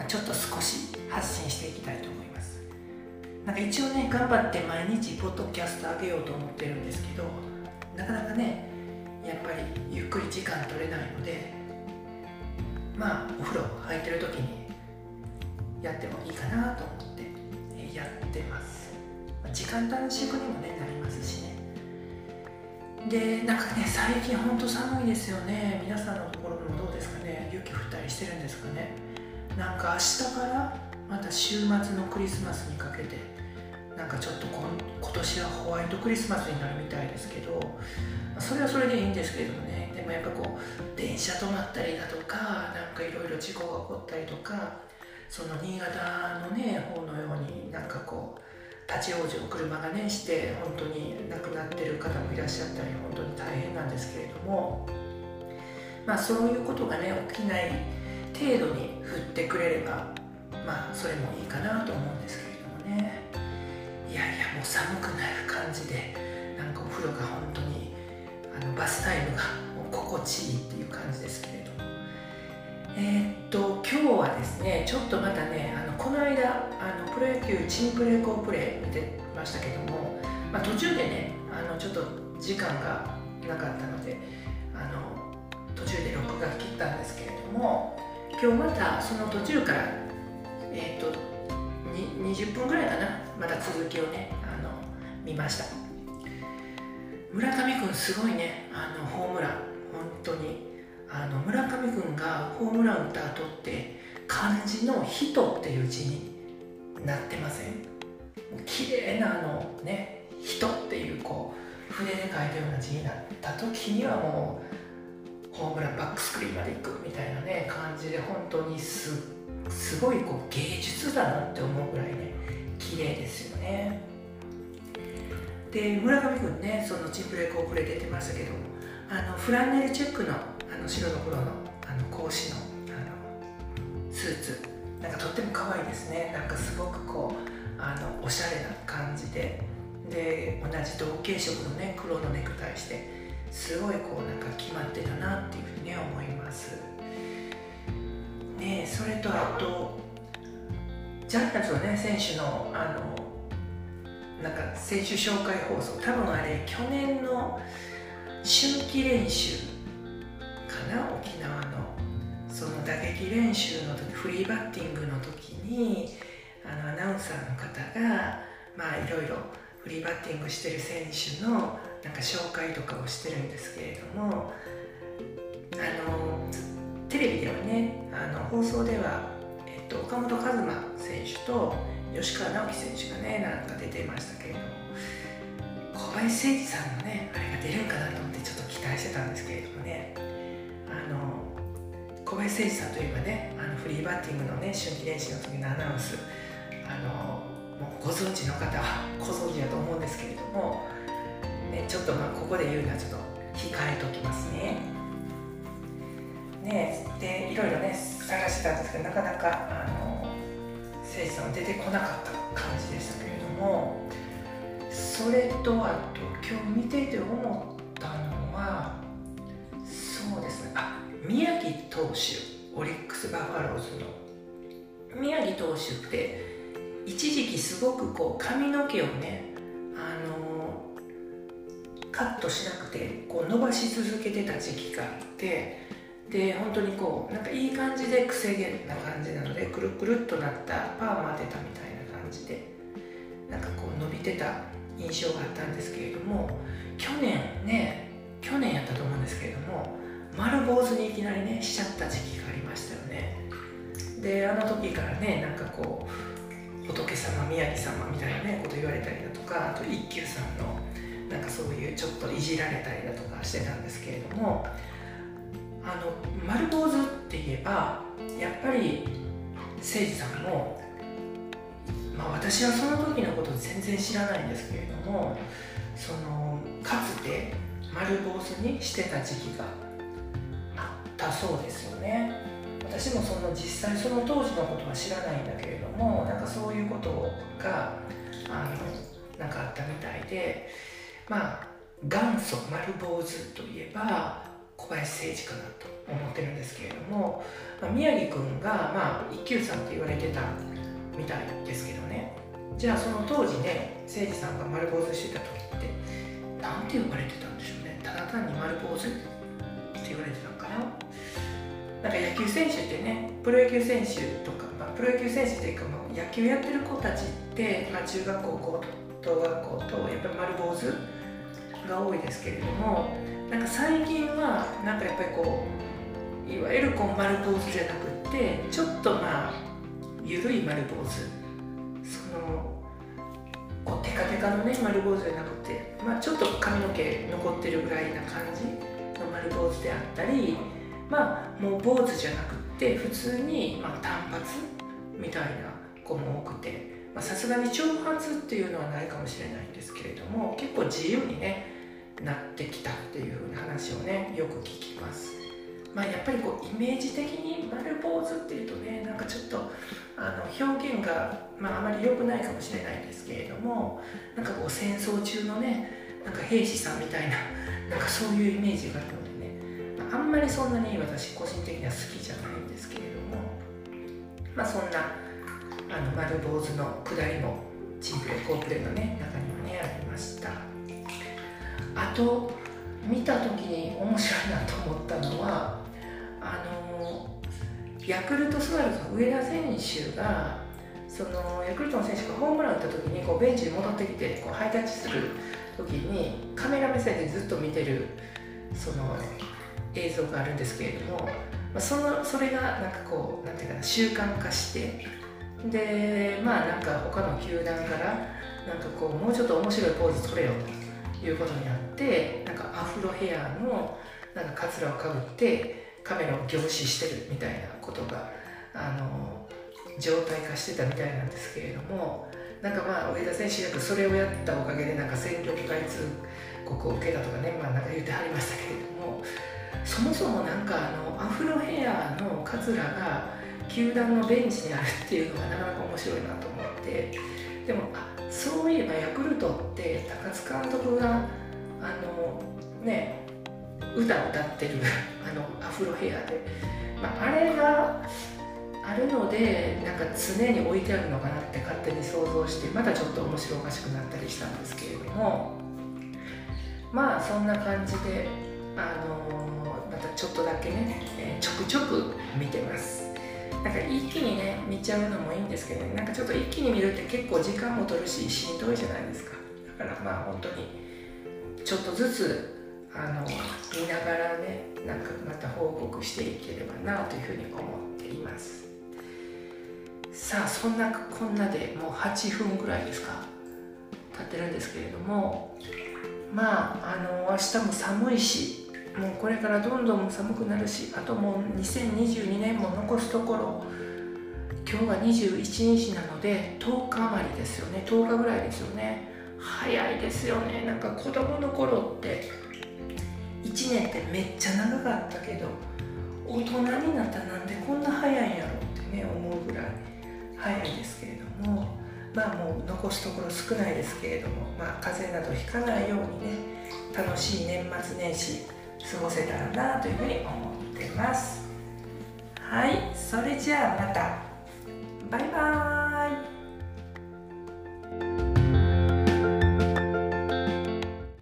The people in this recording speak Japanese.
ちょっと少し発信していきたいと思います。なんか一応ね、頑張って毎日ポッドキャスト上げようと思ってるんですけど、なかなかね、やっぱりゆっくり時間取れないので、お風呂入ってる時にやってもいいかなと思ってやってます。時間短縮にもね、なりますしね。で、なんかね、最近ほんと寒いですよね。皆さんのところもどうですかね。雪降ったりしてるんですかね。なんか明日からまた週末のクリスマスにかけて、なんかちょっと今年はホワイトクリスマスになるみたいですけど、それはそれでいいんですけれどもね。でもやっぱ電車止まったりだとか、なんかいろいろ事故が起こったりとか、その新潟のね方のようになんか立ち往生、車がねして本当に亡くなってる方もいらっしゃったり、本当に大変なんですけれども、そういうことがね起きない程度に降ってくれれば、それもいいかなと思うんですけれどもね。いやいや、もう寒くなる感じで、なんかお風呂が本当にバスタイムがもう心地いいっていう感じですけれども、今日はですね、ちょっとまたね、この間プロ野球チンプレー好プレー見てましたけども、途中でねちょっと時間がなかったので途中で録画切ったんですけれども、今日またその途中から20分ぐらいかな、また続きをね見ました。村上君すごいね、ホームラン、本当に村上君がホームラン打った後って漢字の人っていう字になってません？綺麗なね、人っていう筆で書いたような字になった時にはもうホームランバックスクリーンまで行くみたいなね感じで、本当にすごい芸術だなって思うぐらいね綺麗ですよね。で、村上君ね、そのチンプレー好プレー出てましたけども、フランネルチェックの白と黒の格子のスーツ、なんかとっても可愛いですね。なんかすごくおしゃれな感じで、同じ同系色のね黒のネクタイして、すごいなんか決まってたなっていうふうにね思いますね。それとあとジャイアンツのね選手のなんか選手紹介放送、多分あれ去年の春季練習かな、沖縄のその打撃練習の時、フリーバッティングの時にアナウンサーの方がいろいろフリーバッティングしてる選手のなんか紹介とかをしてるんですけれども、テレビではね放送では、岡本和真選手と吉川尚輝選手がねなんか出てましたけれども、小林誠司さんのねあれが出るんかなと思ってちょっと期待してたんですけれどもね、小林誠司さんといえばねフリーバッティングのね春季練習の時のアナウンス、もうご存知の方はご存知だと思うんですけれども、ね、ちょっとここで言うのはちょっと控えときますね。で、いろいろね探してたんですけど、なかなか誠司さんは出てこなかった感じでしたけれども、それとあと今日見ていて思ったのは、そうですね、宮城投手、オリックスバファローズの宮城投手って一時期すごく髪の毛をねカットしなくて伸ばし続けてた時期があって、で本当になんかいい感じでくせ毛な感じなので、くるくるっとなったパーマ当てたみたいな感じでなんか伸びてた印象があったんですけれども、去年やったと思うんですけれども、丸坊主にいきなりねしちゃった時期がありましたよね。であの時からねなんか仏様宮城様みたいなねこと言われたりだとか、あと一休さんのなんかそういうちょっといじられたりだとかしてたんですけれども、丸坊主って言えばやっぱり誠司さんも、私はその時のこと全然知らないんですけれども、かつて丸坊主にしてた時期があったそうですよね。私も実際その当時のことは知らないんだけれども、なんかそういうことがなんかあったみたいで、元祖丸坊主といえば小林誠司かなと思ってるんですけれども、宮城くんが、一級さんって言われてたみたいですけどね。じゃあその当時ね、誠司さんが丸坊主してた時ってなんて呼ばれてたんでしょうね。ただ単に丸坊主って言われてたのかな。なんか野球選手ってね、プロ野球選手とか、プロ野球選手っていうか、野球やってる子たちって、中学校、高等学校とやっぱり丸坊主が多いですけれども、なんか最近はなんかやっぱりいわゆる丸坊主じゃなくってちょっと緩い丸坊主、テカテカのね丸坊主じゃなくて、ちょっと髪の毛残ってるぐらいな感じの丸坊主であったり、もう坊主じゃなくって普通に短髪みたいな子も多くて、さすがに長髪っていうのはないかもしれないんですけれども、結構自由にねなってきたっていう風な話をねよく聞きます。やっぱりイメージ的に丸坊主っていうとね、なんかちょっと表現があまり良くないかもしれないんですけれども、なんか戦争中のねなんか兵士さんみたいな、なんかそういうイメージがあるのでね、あんまりそんなに私個人的には好きじゃないんですけれども、そんな丸坊主のくだりもチンプレコープレのね中にはねありました。あと見た時に面白いなと思ったのは、ヤクルトスワローズの上田選手がヤクルトの選手がホームラン打った時にベンチに戻ってきてハイタッチする時にカメラ目線でずっと見てる映像があるんですけれども、それがなんかなんていうかな、習慣化して、でなんか他の球団からなんかもうちょっと面白いポーズ取れよということになって、なんかアフロヘアのなんかカツラをかぶってカメラを凝視してるみたいなことが常態化してたみたいなんですけれども、なんか上田選手よくそれをやったおかげでなんか戦力外通告を受けたとかね、なんか言ってはりましたけれども、そもそもなんかアフロヘアのカツラが球団のベンチにあるっていうのがなかなか面白いなと思って、でもそういえばヤクルトって高津監督が歌を歌ってるアフロヘアで、あれがあるのでなんか常に置いてあるのかなって勝手に想像して、またちょっと面白おかしくなったりしたんですけれども、そんな感じでまたちょっとだけね、ちょくちょく見てます。なんか一気にね見ちゃうのもいいんですけどね、なんかちょっと一気に見るって結構時間も取るししんどいじゃないですか。だから本当にちょっとずつ見ながらね、なんかまた報告していければなというふうに思っています。さあそんなこんなでもう8分ぐらいですか経ってるんですけれども、明日も寒いし、もうこれからどんどん寒くなるし、あともう2022年も残すところ、今日が21日なので10日余りですよね。10日ぐらいですよね。早いですよね。なんか子供の頃って1年ってめっちゃ長かったけど、大人になったらなんでこんな早いんやろってね思うぐらい早いですけれども、もう残すところ少ないですけれども、風邪などひかないようにね、楽しい年末年始過ごせたらなというふうに思ってます。はい、それじゃあまた。バイバーイ。